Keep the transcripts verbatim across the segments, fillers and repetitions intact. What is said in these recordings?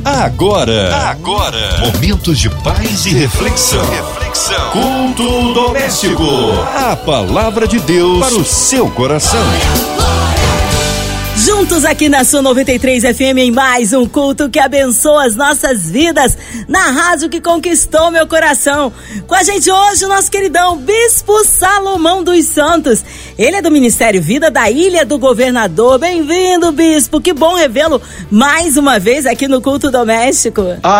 Agora, agora, momentos de paz e reflexão. Reflexão. Culto doméstico. A palavra de Deus para o seu coração. Juntos aqui na sua noventa e três F M em mais um culto que abençoa as nossas vidas, na rádio que conquistou meu coração. Com a gente hoje o nosso queridão Bispo Salomão dos Santos. Ele é do Ministério Vida da Ilha do Governador. Bem-vindo, Bispo, que bom revê-lo mais uma vez aqui no culto doméstico.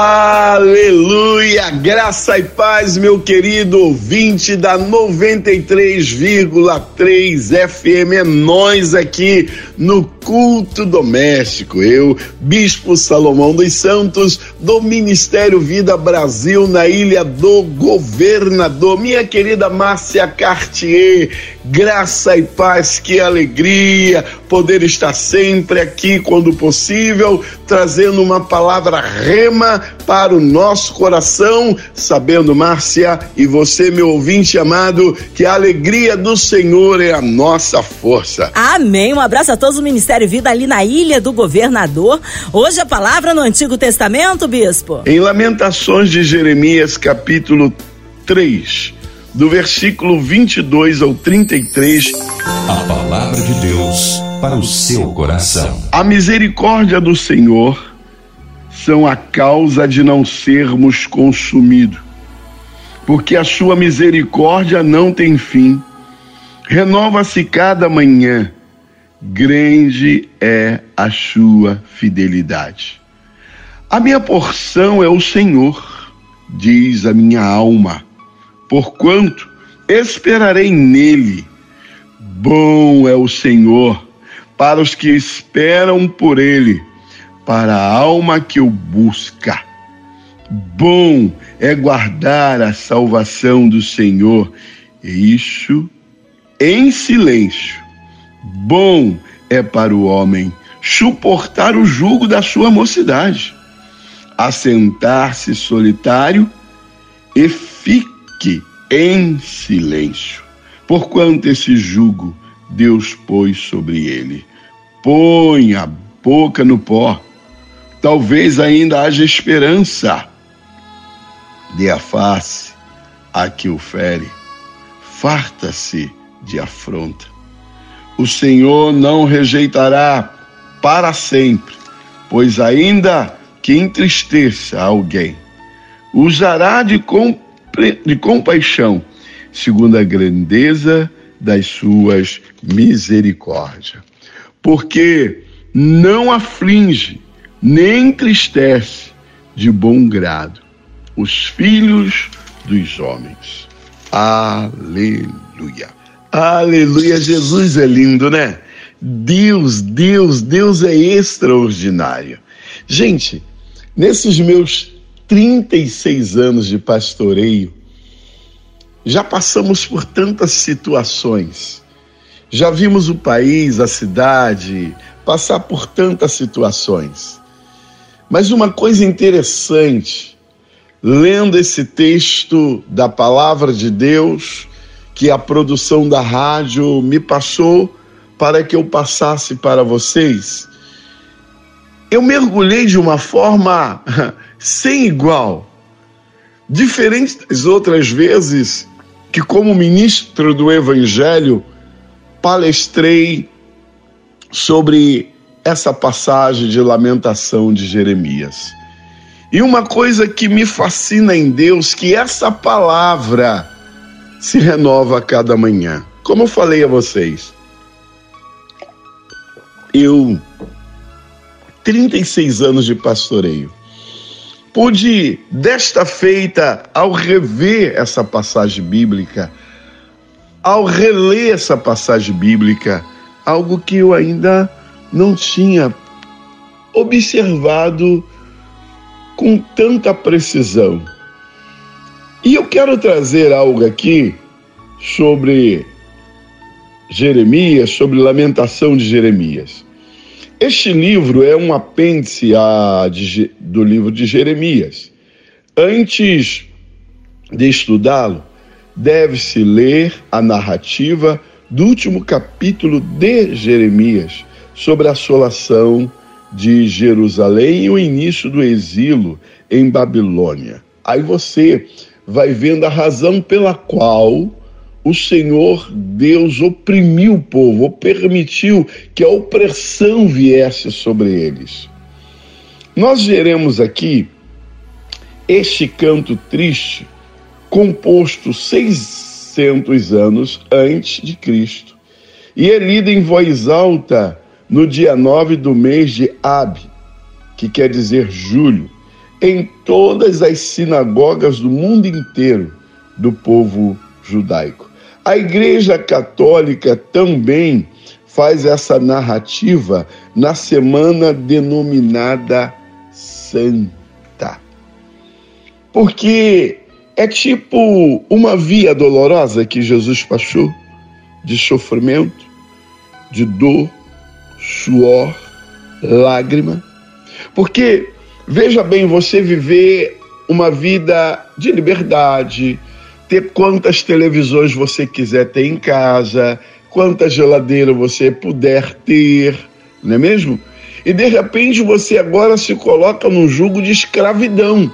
Aleluia, graça e paz, meu querido ouvinte da noventa e três vírgula três F M. É nós aqui no culto doméstico. Eu, Bispo Salomão dos Santos, do Ministério Vida Brasil na Ilha do Governador. Minha querida Márcia Cartier, graça e paz, que alegria poder estar sempre aqui quando possível, trazendo uma palavra rema para o nosso coração, sabendo, Márcia, e você, meu ouvinte amado, que a alegria do Senhor é a nossa força. Amém. Um abraço a todos do Ministério Vida ali na Ilha do Governador. Hoje a palavra no Antigo Testamento, Bispo. Em Lamentações de Jeremias, capítulo três, do versículo vinte e dois ao trinta e três. A palavra de Deus para o seu coração. A misericórdia do Senhor são a causa de não sermos consumidos, porque a sua misericórdia não tem fim, renova-se cada manhã, grande é a sua fidelidade. A minha porção é o Senhor, diz a minha alma, porquanto esperarei nele. Bom é o Senhor para os que esperam por ele, para a alma que o busca. Bom é guardar a salvação do Senhor, e isso em silêncio. Bom é para o homem suportar o jugo da sua mocidade, assentar-se solitário e fique em silêncio, porquanto esse jugo Deus pôs sobre ele. Põe a boca no pó, talvez ainda haja esperança. Dê a face a que o fere, farta-se de afronta. O Senhor não rejeitará para sempre, pois ainda que entristeça alguém, usará de, compre... de compaixão, segundo a grandeza das suas misericórdias. Porque não aflige, nem entristece de bom grado os filhos dos homens. Aleluia. Aleluia, Jesus é lindo, né? Deus, Deus, Deus é extraordinário. Gente, nesses meus trinta e seis anos de pastoreio, já passamos por tantas situações. Já vimos o país, a cidade, passar por tantas situações. Mas uma coisa interessante, lendo esse texto da palavra de Deus, que a produção da rádio me passou para que eu passasse para vocês, eu mergulhei de uma forma sem igual, diferente das outras vezes que, como ministro do Evangelho, palestrei sobre essa passagem de Lamentação de Jeremias. E uma coisa que me fascina em Deus, que essa palavra se renova a cada manhã. Como eu falei a vocês, eu, trinta e seis anos de pastoreio, pude, desta feita, ao rever essa passagem bíblica, ao reler essa passagem bíblica, algo que eu ainda não tinha observado com tanta precisão. E eu quero trazer algo aqui sobre Jeremias, sobre Lamentação de Jeremias. Este livro é um apêndice a, de, do livro de Jeremias. Antes de estudá-lo, deve-se ler a narrativa do último capítulo de Jeremias sobre a assolação de Jerusalém e o início do exílio em Babilônia. Aí você vai vendo a razão pela qual o Senhor Deus oprimiu o povo, ou permitiu que a opressão viesse sobre eles. Nós veremos aqui este canto triste, composto seiscentos anos antes de Cristo, e é lido em voz alta no dia nove do mês de Ab, que quer dizer julho, em todas as sinagogas do mundo inteiro do povo judaico. A Igreja Católica também faz essa narrativa na semana denominada Santa, porque é tipo uma via dolorosa que Jesus passou, de sofrimento, de dor, suor, lágrima. Porque, veja bem, você viver uma vida de liberdade, ter quantas televisões você quiser ter em casa, quanta geladeira você puder ter, não é mesmo? E de repente você agora se coloca num jugo de escravidão.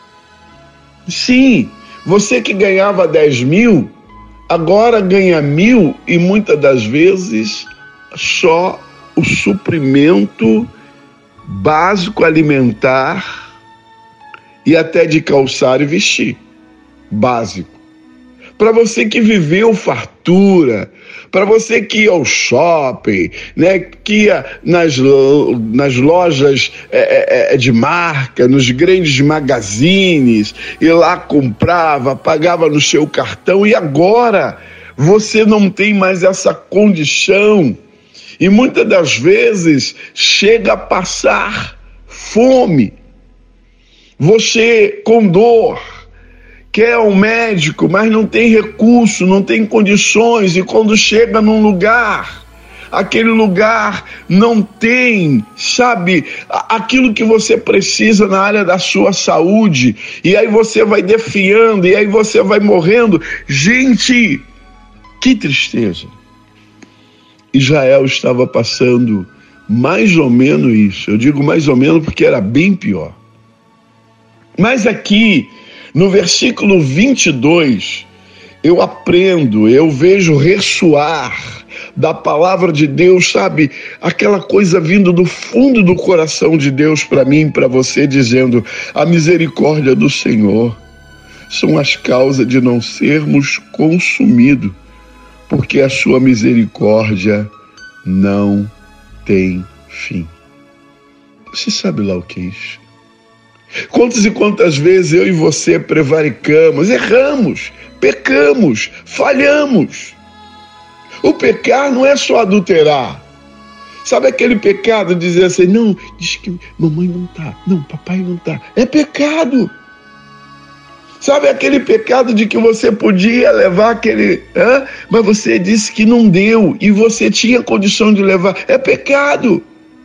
Sim, você que ganhava dez mil, agora ganha mil e muitas das vezes só o suprimento básico alimentar e até de calçar e vestir, básico. Para você que viveu fartura, para você que ia ao shopping, né, que ia nas, nas lojas é, é, de marca, nos grandes magazines, e lá comprava, pagava no seu cartão, e agora você não tem mais essa condição, e muitas das vezes chega a passar fome. Você com dor quer um médico, mas não tem recurso, não tem condições, e quando chega num lugar, aquele lugar não tem, sabe, aquilo que você precisa na área da sua saúde, e aí você vai definhando, e aí você vai morrendo. Gente, que tristeza. Israel estava passando mais ou menos isso. Eu digo mais ou menos porque era bem pior. Mas aqui, no versículo vinte e dois, eu aprendo, eu vejo ressoar da palavra de Deus, sabe? Aquela coisa vindo do fundo do coração de Deus para mim e para você, dizendo: a misericórdia do Senhor são as causas de não sermos consumidos, porque a sua misericórdia não tem fim. Você sabe lá o que é isso? Quantas e quantas vezes eu e você prevaricamos, erramos, pecamos, falhamos. O pecar não é só adulterar. Sabe aquele pecado de dizer assim: não, diz que mamãe não tá, não, papai não tá. É pecado. Sabe aquele pecado de que você podia levar aquele, hã? Mas você disse que não deu e você tinha condição de levar. É pecado.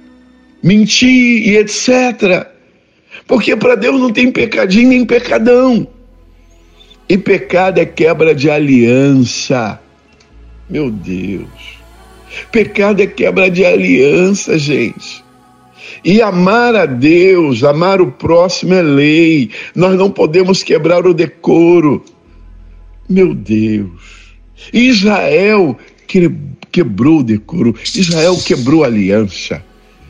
Mentir e etcétera. Porque para Deus não tem pecadinho nem pecadão. E pecado é quebra de aliança. Meu Deus. Pecado é quebra de aliança, gente. E amar a Deus, amar o próximo é lei. Nós não podemos quebrar o decoro. Meu Deus. Israel quebrou o decoro. Israel quebrou a aliança.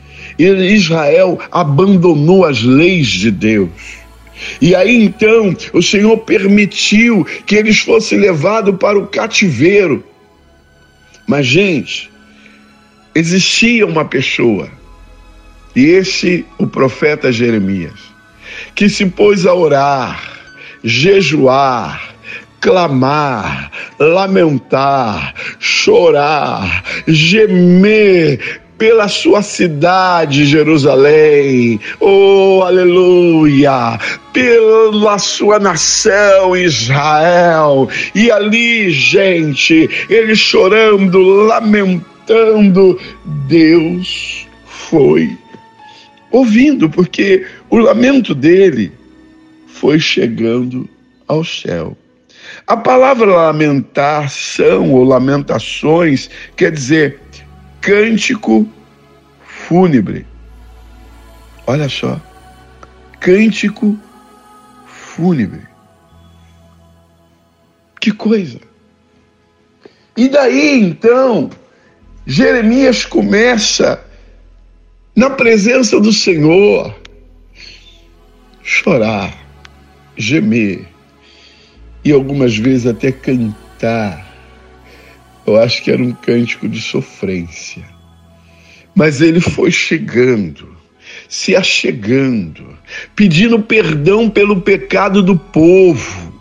Israel abandonou as leis de Deus. E aí então o Senhor permitiu que eles fossem levados para o cativeiro. Mas, gente, existia uma pessoa, e esse o profeta Jeremias, que se pôs a orar, jejuar, clamar, lamentar, chorar, gemer pela sua cidade, Jerusalém, oh, aleluia, pela sua nação, Israel. E ali, gente, ele chorando, lamentando, Deus foi ouvindo, porque o lamento dele foi chegando ao céu. A palavra lamentação ou lamentações quer dizer cântico fúnebre. Olha só, cântico fúnebre. Que coisa! E daí então, Jeremias começa, na presença do Senhor, chorar, gemer e algumas vezes até cantar. Eu acho que era um cântico de sofrência. Mas ele foi chegando, se achegando, pedindo perdão pelo pecado do povo.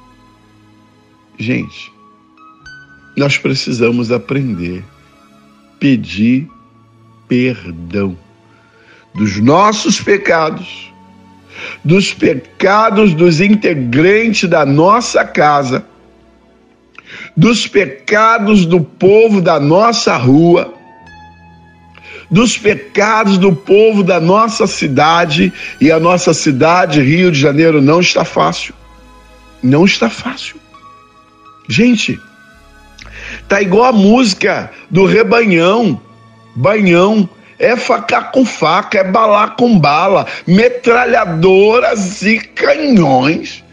Gente, nós precisamos aprender a pedir perdão dos nossos pecados, dos pecados dos integrantes da nossa casa, dos pecados do povo da nossa rua, dos pecados do povo da nossa cidade. E a nossa cidade, Rio de Janeiro, não está fácil. Não está fácil. Gente, tá igual a música do Rebanhão. Banhão é faca com faca, é bala com bala, metralhadoras e canhões.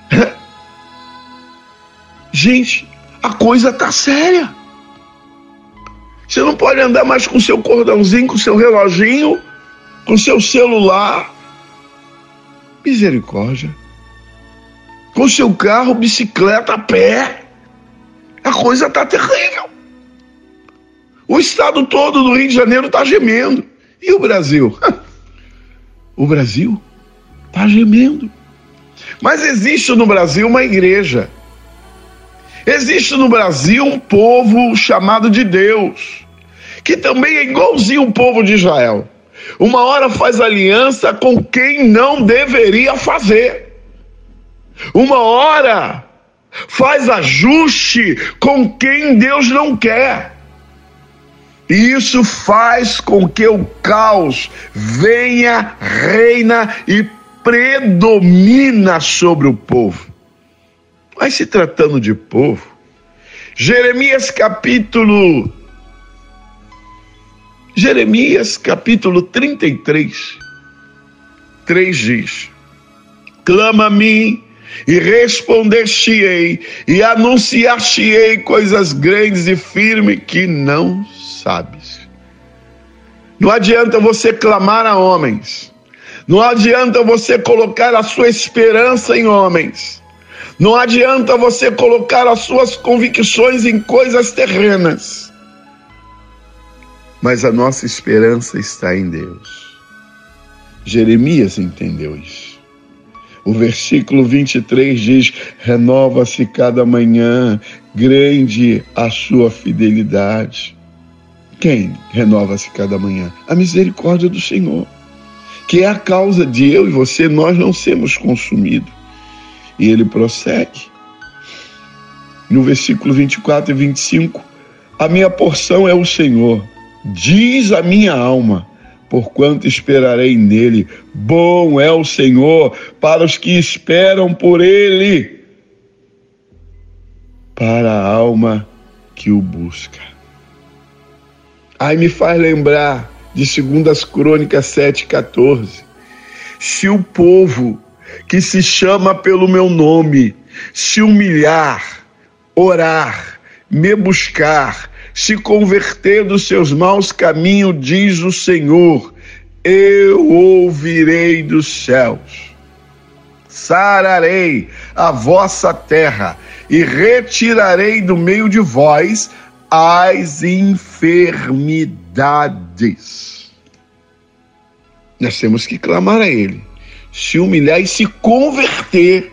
Gente, a coisa tá séria. Você não pode andar mais com seu cordãozinho, com seu reloginho, com seu celular. Misericórdia. Com seu carro, bicicleta, a pé. A coisa tá terrível. O estado todo do Rio de Janeiro tá gemendo. E o Brasil? O Brasil tá gemendo. Mas existe no Brasil uma igreja. Existe no Brasil um povo chamado de Deus, que também é igualzinho o povo de Israel. Uma hora faz aliança com quem não deveria fazer. Uma hora faz ajuste com quem Deus não quer. E isso faz com que o caos venha, reina e predomina sobre o povo. Mas se tratando de povo, Jeremias capítulo Jeremias capítulo trinta e três, três diz: clama a mim e responder-te-ei, e anunciar-te-ei coisas grandes e firmes que não sabes. Não adianta você clamar a homens, não adianta você colocar a sua esperança em homens, não adianta você colocar as suas convicções em coisas terrenas, mas a nossa esperança está em Deus. Jeremias entendeu isso. O versículo vinte e três diz: renova-se cada manhã, grande a sua fidelidade. Quem renova-se cada manhã? A misericórdia do Senhor, que é a causa de eu e você, nós não sermos consumidos. E ele prossegue, no versículo vinte e quatro e vinte e cinco, a minha porção é o Senhor, diz a minha alma, porquanto esperarei nele. Bom é o Senhor para os que esperam por ele, para a alma que o busca. Aí me faz lembrar de Segundas Crônicas sete, quatorze. Se o povo que se chama pelo meu nome se humilhar, orar, me buscar, se converter dos seus maus caminhos, diz o Senhor, eu ouvirei dos céus, sararei a vossa terra e retirarei do meio de vós as enfermidades. Nós temos que clamar a ele, se humilhar e se converter.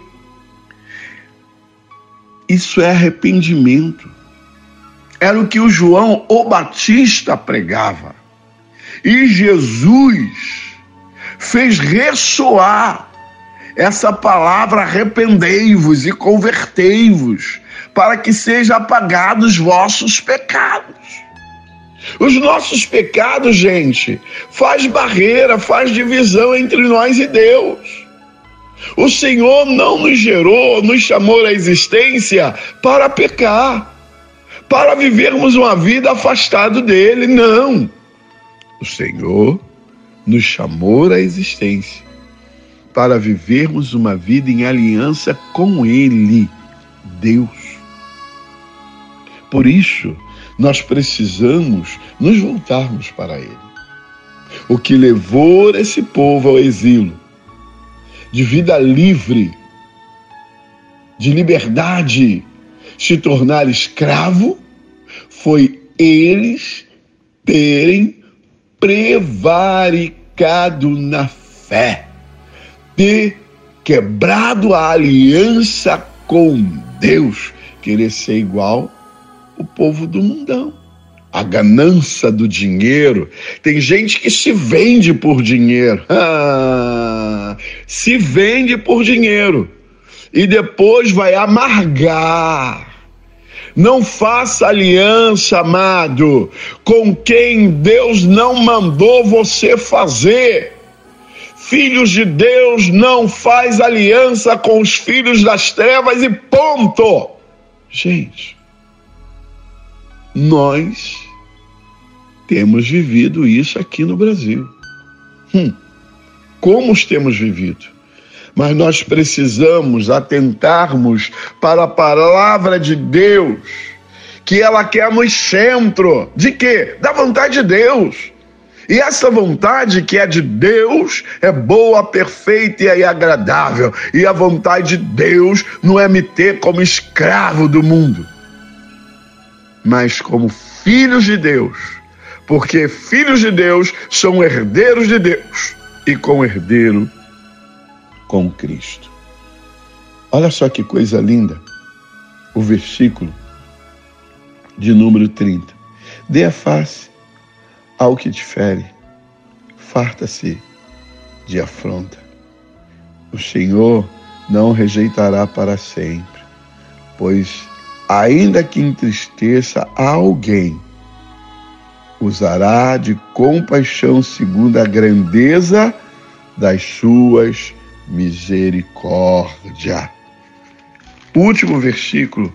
Isso é arrependimento. Era o que o João o Batista pregava. E Jesus fez ressoar essa palavra: arrependei-vos e convertei-vos, para que sejam apagados os vossos pecados. Os nossos pecados, gente, faz barreira, faz divisão entre nós e Deus. O Senhor não nos gerou, nos chamou à existência para pecar, para vivermos uma vida afastada dele, não. O Senhor nos chamou à existência para vivermos uma vida em aliança com Ele, Deus. Por isso, nós precisamos nos voltarmos para Ele. O que levou esse povo ao exílio, de vida livre, de liberdade, se tornar escravo, foi eles terem prevaricado na fé, ter quebrado a aliança com Deus, querer ser igual o povo do mundão. A ganância do dinheiro. Tem gente que se vende por dinheiro. Ah, se vende por dinheiro. E depois vai amargar. Não faça aliança, amado, com quem Deus não mandou você fazer. Filhos de Deus não faz aliança com os filhos das trevas e ponto. Gente, nós temos vivido isso aqui no Brasil. Hum, como temos vivido? Mas nós precisamos atentarmos para a palavra de Deus, que ela quer no centro. De quê? Da vontade de Deus. E essa vontade que é de Deus é boa, perfeita e agradável. E a vontade de Deus não é me ter como escravo do mundo, mas como filhos de Deus. Porque filhos de Deus são herdeiros de Deus e com-herdeiro com Cristo. Olha só que coisa linda, o versículo de número trinta. Dê a face ao que te fere, farta-se de afronta. O Senhor não rejeitará para sempre, pois ainda que entristeça a alguém, usará de compaixão segundo a grandeza das suas misericórdia. O último versículo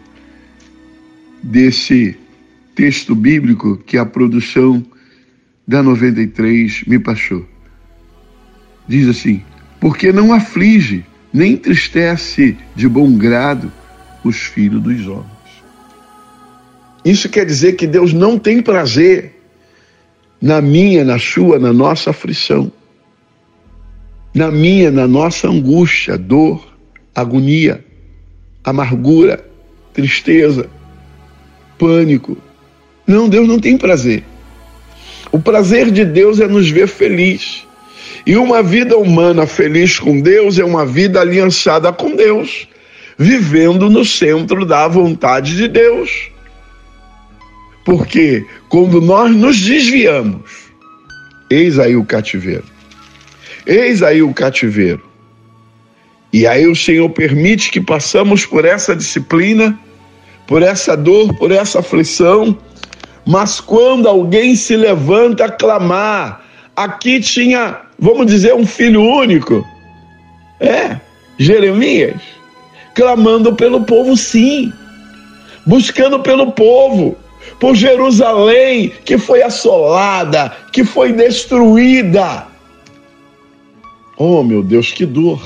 desse texto bíblico que a produção da noventa e três me passou. Diz assim: porque não aflige, nem entristece de bom grado os filhos dos homens. Isso quer dizer que Deus não tem prazer na minha, na sua, na nossa aflição, na minha, na nossa angústia, dor, agonia, amargura, tristeza, pânico. Não, Deus não tem prazer. O prazer de Deus é nos ver feliz. E uma vida humana feliz com Deus é uma vida aliançada com Deus, vivendo no centro da vontade de Deus. Porque quando nós nos desviamos, eis aí o cativeiro. Eis aí o cativeiro. E aí o Senhor permite que passamos por essa disciplina, por essa dor, por essa aflição. Mas quando alguém se levanta a clamar, aqui tinha, vamos dizer, um filho único. É, Jeremias, clamando pelo povo, sim. Buscando pelo povo. Por Jerusalém, que foi assolada, que foi destruída. Oh, meu Deus, que dor.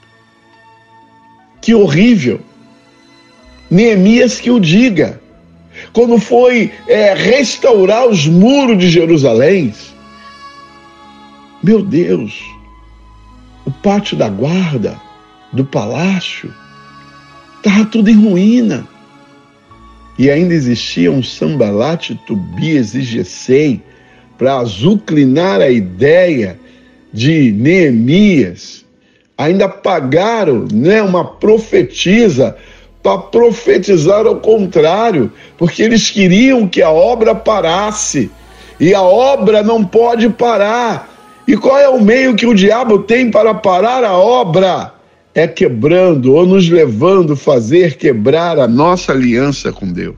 Que horrível. Neemias que o diga. Quando foi é, restaurar os muros de Jerusalém, meu Deus, o pátio da guarda, do palácio, estava tudo em ruína. E ainda existiam Sambalate, Tobias e Gesem para azucrinar a ideia de Neemias. Ainda pagaram, né, uma profetisa para profetizar ao contrário, porque eles queriam que a obra parasse. E a obra não pode parar. E qual é o meio que o diabo tem para parar a obra? É quebrando ou nos levando a fazer quebrar a nossa aliança com Deus.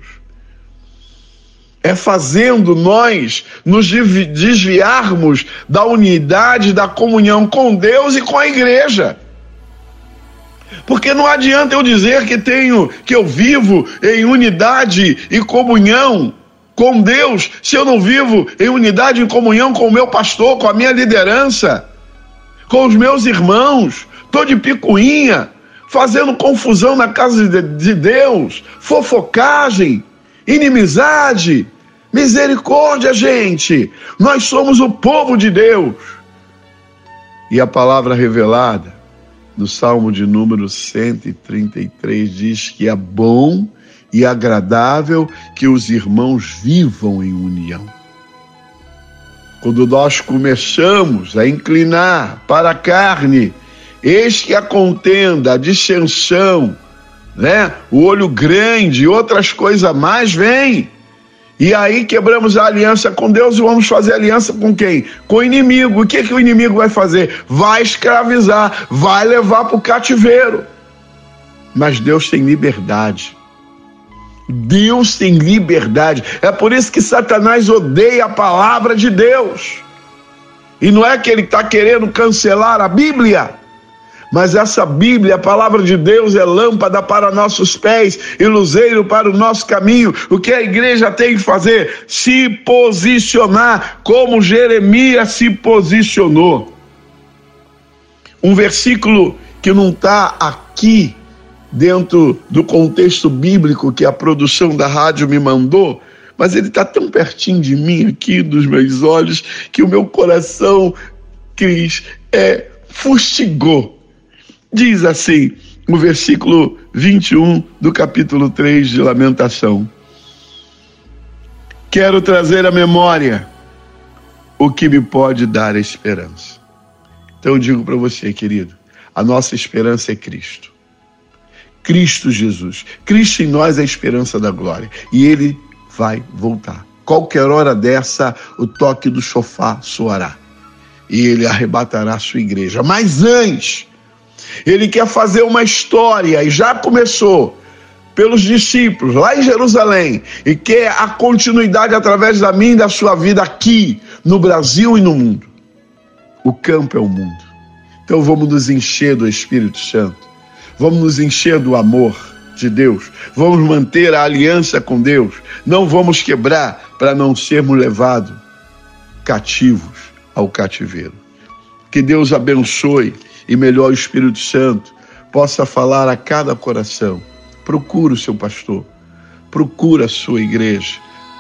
É fazendo nós nos desviarmos da unidade, da comunhão com Deus e com a igreja. Porque não adianta eu dizer que tenho, que eu vivo em unidade e comunhão com Deus se eu não vivo em unidade, em comunhão com o meu pastor, com a minha liderança, com os meus irmãos? Estou de picuinha, fazendo confusão na casa de Deus, fofocagem, inimizade. Misericórdia, gente. Nós somos o povo de Deus. E a palavra revelada no Salmo de número cento e trinta e três diz que é bom e agradável que os irmãos vivam em união. Quando nós começamos a inclinar para a carne, eis que a contenda, a dissensão, né? O olho grande e outras coisas mais vêm. E aí quebramos a aliança com Deus e vamos fazer aliança com quem? Com o inimigo. O que, que o inimigo vai fazer? Vai escravizar, vai levar para o cativeiro. Mas Deus tem liberdade. Deus tem liberdade. É por isso que Satanás odeia a palavra de Deus. E não é que ele está querendo cancelar a Bíblia, mas essa Bíblia, a palavra de Deus, é lâmpada para nossos pés e luzeiro para o nosso caminho. O que a igreja tem que fazer? Se posicionar como Jeremias se posicionou. Um versículo que não está aqui dentro do contexto bíblico que a produção da rádio me mandou, mas ele está tão pertinho de mim aqui, dos meus olhos, que o meu coração, Cris, é, fustigou. Diz assim, o versículo vinte e um do capítulo três de Lamentação: quero trazer à memória o que me pode dar esperança. Então eu digo para você, querido, a nossa esperança é Cristo. Cristo Jesus. Cristo em nós é a esperança da glória. E Ele vai voltar. Qualquer hora dessa, o toque do chofar soará. E Ele arrebatará a sua igreja. Mas antes, Ele quer fazer uma história, e já começou pelos discípulos lá em Jerusalém, e quer a continuidade através da minha e da sua vida aqui, no Brasil e no mundo. O campo é o mundo. Então vamos nos encher do Espírito Santo. Vamos nos encher do amor de Deus. Vamos manter a aliança com Deus. Não vamos quebrar para não sermos levados cativos ao cativeiro. Que Deus abençoe e melhor o Espírito Santo possa falar a cada coração. Procura o seu pastor. Procura a sua igreja.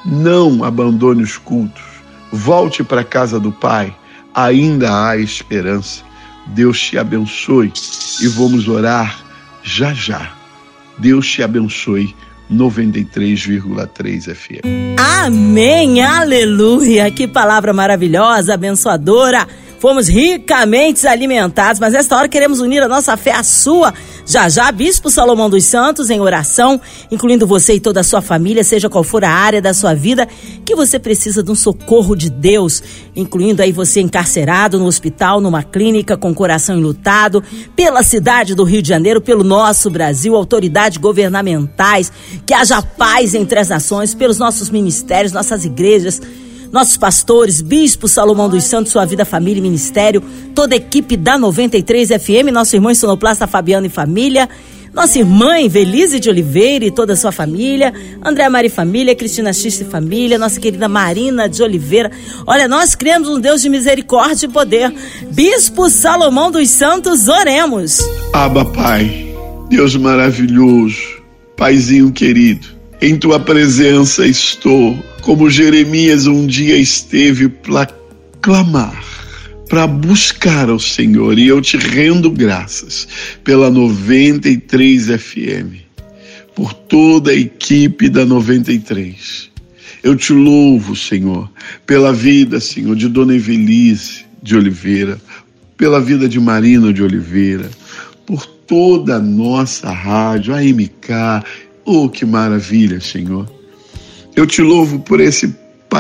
Não abandone os cultos. Volte para a casa do Pai. Ainda há esperança. Deus te abençoe e vamos orar já já. Deus te abençoe. noventa e três vírgula três F M. Amém, aleluia, que palavra maravilhosa, abençoadora. Fomos ricamente alimentados, mas nesta hora queremos unir a nossa fé à sua. Já já, Bispo Salomão dos Santos, em oração, incluindo você e toda a sua família, seja qual for a área da sua vida, que você precisa de um socorro de Deus, incluindo aí você encarcerado no hospital, numa clínica, com o coração enlutado, pela cidade do Rio de Janeiro, pelo nosso Brasil, autoridades governamentais, que haja paz entre as nações, pelos nossos ministérios, nossas igrejas, nossos pastores, Bispo Salomão dos Santos, sua vida, família e ministério, toda a equipe da noventa e três F M, nosso irmão sonoplasta Fabiano e família, nossa irmã Velise de Oliveira e toda a sua família, André Mari e família, Cristina X e família, nossa querida Marina de Oliveira. Olha, nós cremos um Deus de misericórdia e poder. Bispo Salomão dos Santos, oremos. Abba, Pai, Deus maravilhoso, Paizinho querido, em tua presença estou, como Jeremias um dia esteve para clamar, para buscar ao Senhor, e eu te rendo graças pela noventa e três F M, por toda a equipe da noventa e três. Eu te louvo, Senhor, pela vida, Senhor, de Dona Evelise de Oliveira, pela vida de Marina de Oliveira, por toda a nossa rádio, a M K. Oh, que maravilha, Senhor. Eu te louvo por esse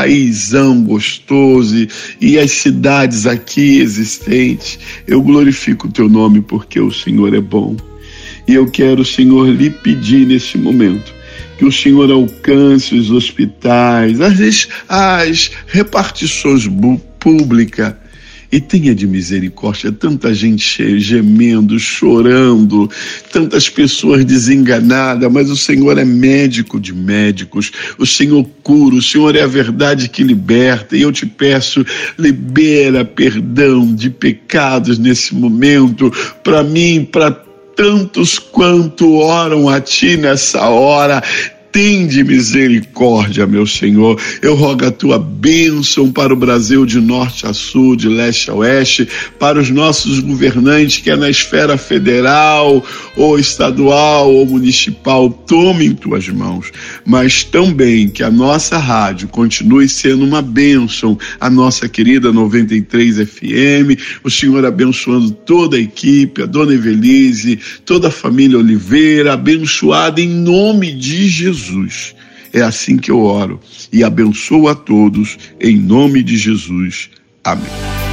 paizão gostoso e as cidades aqui existentes. Eu glorifico o teu nome porque o Senhor é bom. E eu quero, Senhor, lhe pedir nesse momento que o Senhor alcance os hospitais, as, as repartições públicas e tenha de misericórdia. Tanta gente gemendo, chorando, tantas pessoas desenganadas, mas o Senhor é médico de médicos, o Senhor cura, o Senhor é a verdade que liberta, e eu te peço, libera perdão de pecados nesse momento, para mim, para tantos quanto oram a Ti nessa hora. Tende misericórdia, meu Senhor. Eu rogo a Tua bênção para o Brasil de norte a sul, de leste a oeste, para os nossos governantes, que é na esfera federal, ou estadual, ou municipal. Tome em Tuas mãos, mas também que a nossa rádio continue sendo uma bênção, a nossa querida noventa e três F M, o Senhor abençoando toda a equipe, a Dona Evelise, toda a família Oliveira, abençoada em nome de Jesus. Jesus. É assim que eu oro e abençoo a todos em nome de Jesus. Amém.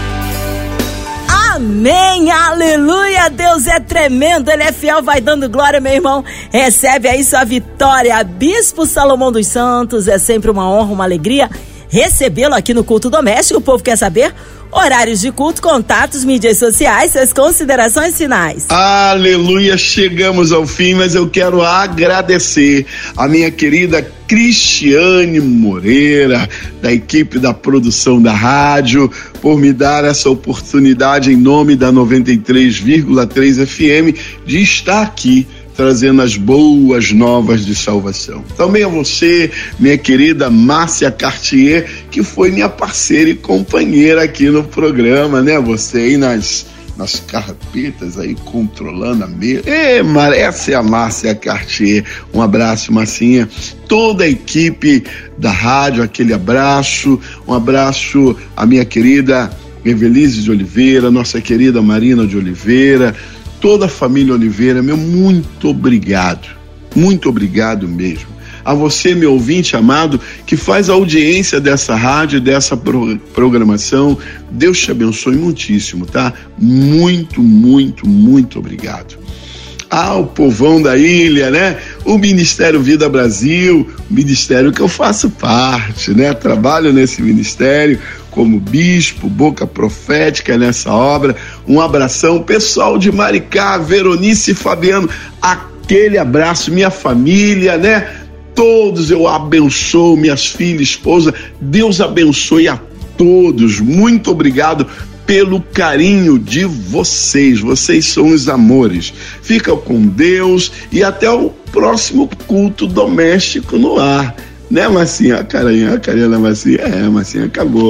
Amém, aleluia, Deus é tremendo, Ele é fiel, vai dando glória, meu irmão, recebe aí sua vitória. Bispo Salomão dos Santos, é sempre uma honra, uma alegria recebê-lo aqui no Culto Doméstico. O povo quer saber horários de culto, contatos, mídias sociais, suas considerações finais. Aleluia, chegamos ao fim, mas eu quero agradecer a minha querida Cristiane Moreira, da equipe da produção da rádio, por me dar essa oportunidade em nome da noventa e três vírgula três F M de estar aqui trazendo as boas novas de salvação. Também a você, minha querida Márcia Cartier, que foi minha parceira e companheira aqui no programa, né? Você aí nas, nas carpetas aí, controlando a mesa. É, essa é a Márcia Cartier. Um abraço, Marcinha. Toda a equipe da rádio, aquele abraço. Um abraço à minha querida Evelise de Oliveira, nossa querida Marina de Oliveira, toda a família Oliveira, meu muito obrigado, muito obrigado mesmo. A você, meu ouvinte amado, que faz a audiência dessa rádio, dessa pro, programação, Deus te abençoe muitíssimo, tá? Muito, muito, muito obrigado. Ah, o povão da ilha, né? O Ministério Vida Brasil, ministério que eu faço parte, né? Trabalho nesse ministério como bispo, boca profética nessa obra. Um abração, pessoal de Maricá, Veronice e Fabiano, aquele abraço, minha família, né? Todos eu abençoo, minhas filhas, esposa, Deus abençoe a todos. Muito obrigado pelo carinho de vocês, vocês são os amores. Fica com Deus e até o próximo culto doméstico no ar. Né, Marcinha? A carinha, a carinha da Marcinha. É, Marcinha, acabou.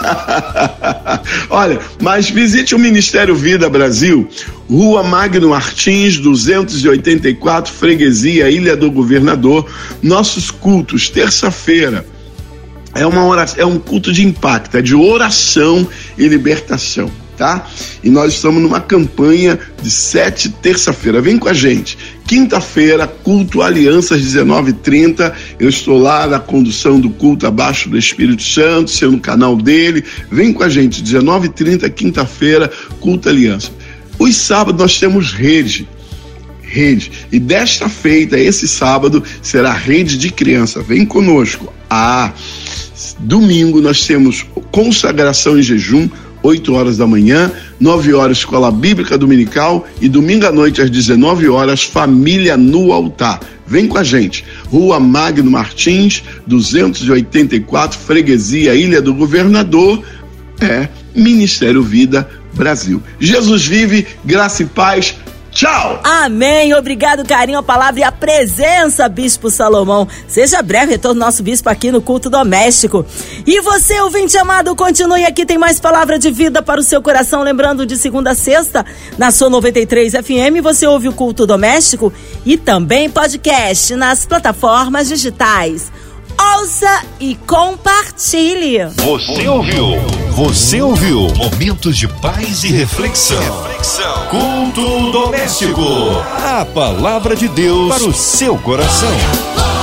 Olha, mas visite o Ministério Vida Brasil, Rua Magno Martins, duzentos e oitenta e quatro, Freguesia, Ilha do Governador. Nossos cultos, terça-feira, é uma oração, é um culto de impacto, é de oração e libertação, tá? E nós estamos numa campanha de sete, terça-feira. Vem com a gente. Quinta-feira, culto Alianças, dezenove e trinta. Eu estou lá na condução do culto Abaixo do Espírito Santo, sendo no canal dele. Vem com a gente, dezenove e trinta, quinta-feira, culto Aliança. Os sábados nós temos rede. Rede. E desta feita, esse sábado, será rede de criança. Vem conosco. Ah, domingo nós temos consagração em jejum, oito horas da manhã, nove horas Escola Bíblica Dominical e domingo à noite às dezenove horas Família no Altar. Vem com a gente. Rua Magno Martins, duzentos e oitenta e quatro, Freguesia, Ilha do Governador, é Ministério Vida Brasil. Jesus vive, graça e paz. Tchau! Amém, obrigado, carinho, a palavra e a presença, Bispo Salomão. Seja breve retorno do nosso bispo aqui no Culto Doméstico. E você, ouvinte amado, continue aqui, tem mais palavra de vida para o seu coração. Lembrando, de segunda a sexta, na sua noventa e três F M, você ouve o Culto Doméstico e também podcast nas plataformas digitais. Ouça e compartilhe. Você ouviu? Você ouviu? Momentos de paz e reflexão. reflexão. Culto doméstico. A palavra de Deus para o seu coração.